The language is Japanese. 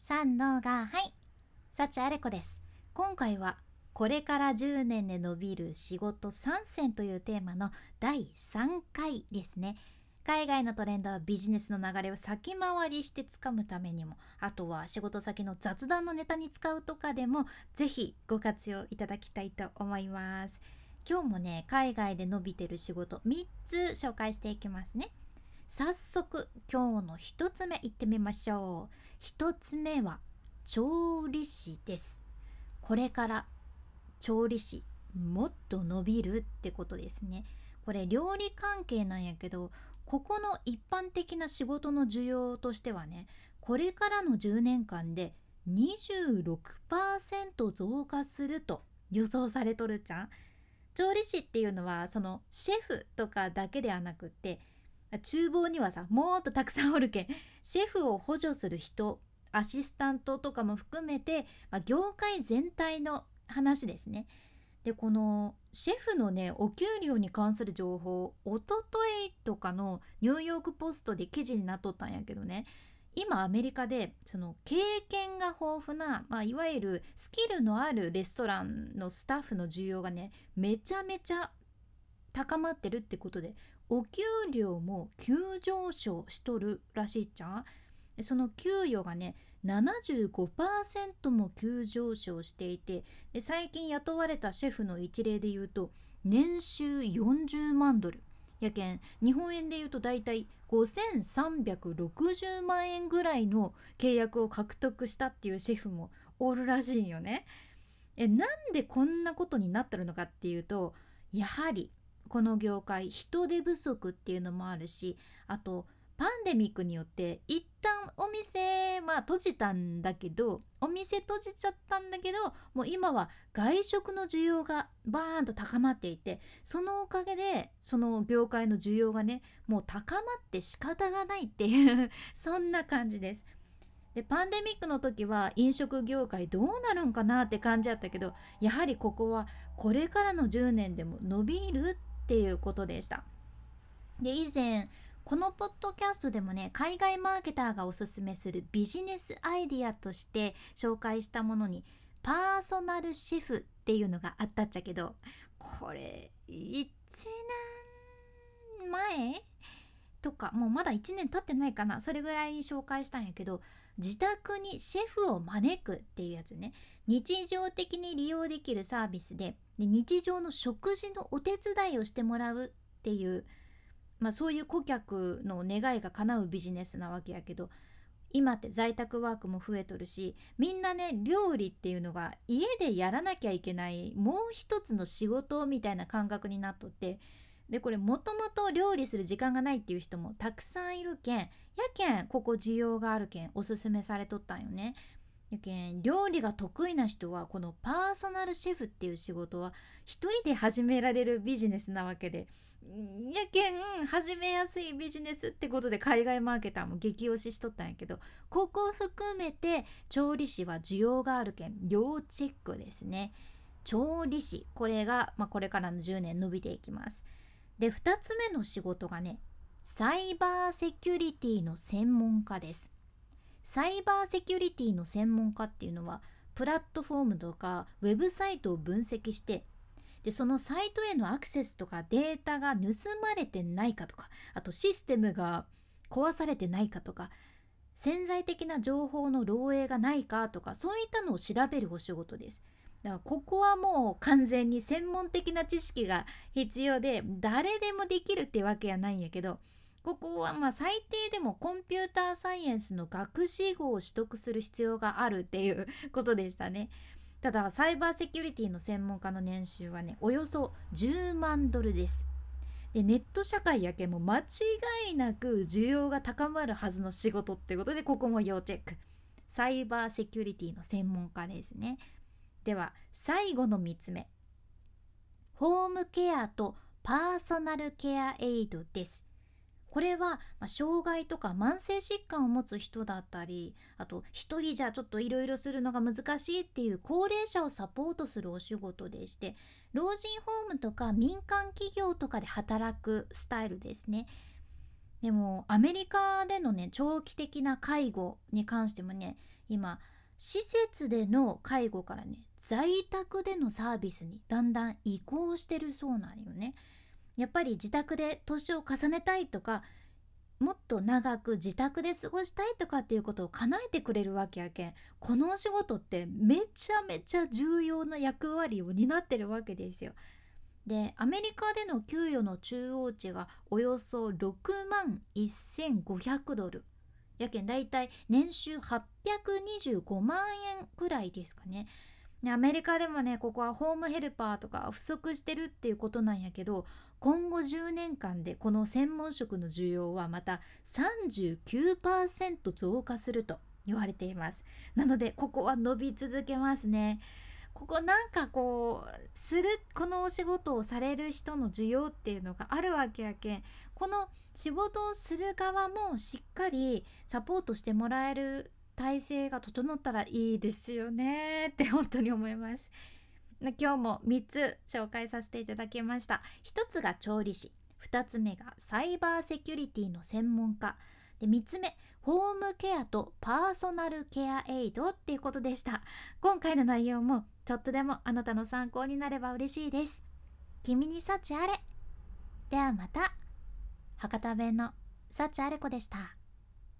三のがはい、幸あれ子です。今回はこれから10年で伸びる仕事3選というテーマの第3回ですね。海外のトレンドはビジネスの流れを先回りしてつかむためにも、あとは仕事先の雑談のネタに使うとかでもぜひご活用いただきたいと思います。今日もね、海外で伸びてる仕事3つ紹介していきますね。早速今日の1つ目いってみましょう。1つ目は調理師です。これから調理師もっと伸びるってことですね。これ料理関係なんやけど、ここの一般的な仕事の需要としてはね、これからの10年間で26%増加すると予想されとるじゃん。調理師っていうのはそのシェフとかだけではなくって、厨房にはさもっとたくさんおるけん、シェフを補助する人、アシスタントとかも含めて、業界全体の話ですね。でこのシェフのねお給料に関する情報、おとといとかのニューヨークポストで記事になっとったんやけどね、今アメリカでその経験が豊富な、いわゆるスキルのあるレストランのスタッフの需要がねめちゃめちゃ高まってるってことで、お給料も急上昇しとるらしいっちゃ。その給与がね75%も急上昇していて、で最近雇われたシェフの一例で言うと年収40万ドルやけん、日本円で言うとだいたい5360万円ぐらいの契約を獲得したっていうシェフもおるらしいよね。なんでこんなことになってるのかっていうと、やはりこの業界人手不足っていうのもあるし、あとパンデミックによって一旦お店閉じたんだけど、お店閉じちゃったんだけど、もう今は外食の需要がバーンと高まっていて、そのおかげでその業界の需要がねもう高まって仕方がないっていうそんな感じです。でパンデミックの時は飲食業界どうなるんかなって感じやったけど、やはりここはこれからの10年でも伸びるっていうことでした。で以前このポッドキャストでもね、海外マーケターがおすすめするビジネスアイディアとして紹介したものにパーソナルシェフっていうのがあったっちゃけど、これ1年前とか、もうまだ1年経ってないかな、それぐらいに紹介したんやけど、自宅にシェフを招くっていうやつね。日常的に利用できるサービスで日常の食事のお手伝いをしてもらうっていう、そういう顧客の願いが叶うビジネスなわけやけど、今って在宅ワークも増えとるし、みんなね料理っていうのが家でやらなきゃいけないもう一つの仕事みたいな感覚になっとって、でこれもともと料理する時間がないっていう人もたくさんいるけん、やけんここ需要があるけんおすすめされとったんよね。やけん料理が得意な人はこのパーソナルシェフっていう仕事は一人で始められるビジネスなわけで、やけん始めやすいビジネスってことで海外マーケターも激推ししとったんやけど、ここ含めて調理師は需要があるけん要チェックですね。調理師これが、これからの10年伸びていきます。で2つ目の仕事がね、サイバーセキュリティの専門家です。サイバーセキュリティの専門家っていうのはプラットフォームとかウェブサイトを分析して、でそのサイトへのアクセスとかデータが盗まれてないかとか、あとシステムが壊されてないかとか、潜在的な情報の漏洩がないかとか、そういったのを調べるお仕事です。だからここはもう完全に専門的な知識が必要で、誰でもできるってわけやないんやけど、ここは最低でもコンピューターサイエンスの学士号を取得する必要があるっていうことでしたね。ただサイバーセキュリティの専門家の年収はねおよそ10万ドルです。でネット社会やけんも間違いなく需要が高まるはずの仕事ってことで、ここも要チェック。サイバーセキュリティの専門家ですね。では最後の3つ目、ホームケアとパーソナルケアエイドです。これは、障害とか慢性疾患を持つ人だったり、あと一人じゃちょっといろいろするのが難しいっていう高齢者をサポートするお仕事でして、老人ホームとか民間企業とかで働くスタイルですね。 でもアメリカでのね長期的な介護に関してもね、今施設での介護からね在宅でのサービスにだんだん移行してるそうなんよね。やっぱり自宅で年を重ねたいとか、もっと長く自宅で過ごしたいとかっていうことを叶えてくれるわけやけん、このお仕事ってめちゃめちゃ重要な役割を担ってるわけですよ。でアメリカでの給与の中央値がおよそ6万1500ドルやけん、だいたい年収825万円くらいですかね。アメリカでもねここはホームヘルパーとか不足してるっていうことなんやけど、今後10年間でこの専門職の需要はまた 39% 増加すると言われています。なのでここは伸び続けますね。ここなんかこうする、このお仕事をされる人の需要っていうのがあるわけやけん、この仕事をする側もしっかりサポートしてもらえる体制が整ったらいいですよねって本当に思います。今日も3つ紹介させていただきました。1つが調理師、2つ目がサイバーセキュリティの専門家で、3つ目ホームケアとパーソナルケアエイドっていうことでした。今回の内容もちょっとでもあなたの参考になれば嬉しいです。君に幸あれ。ではまた。博多弁の幸あれ子でした。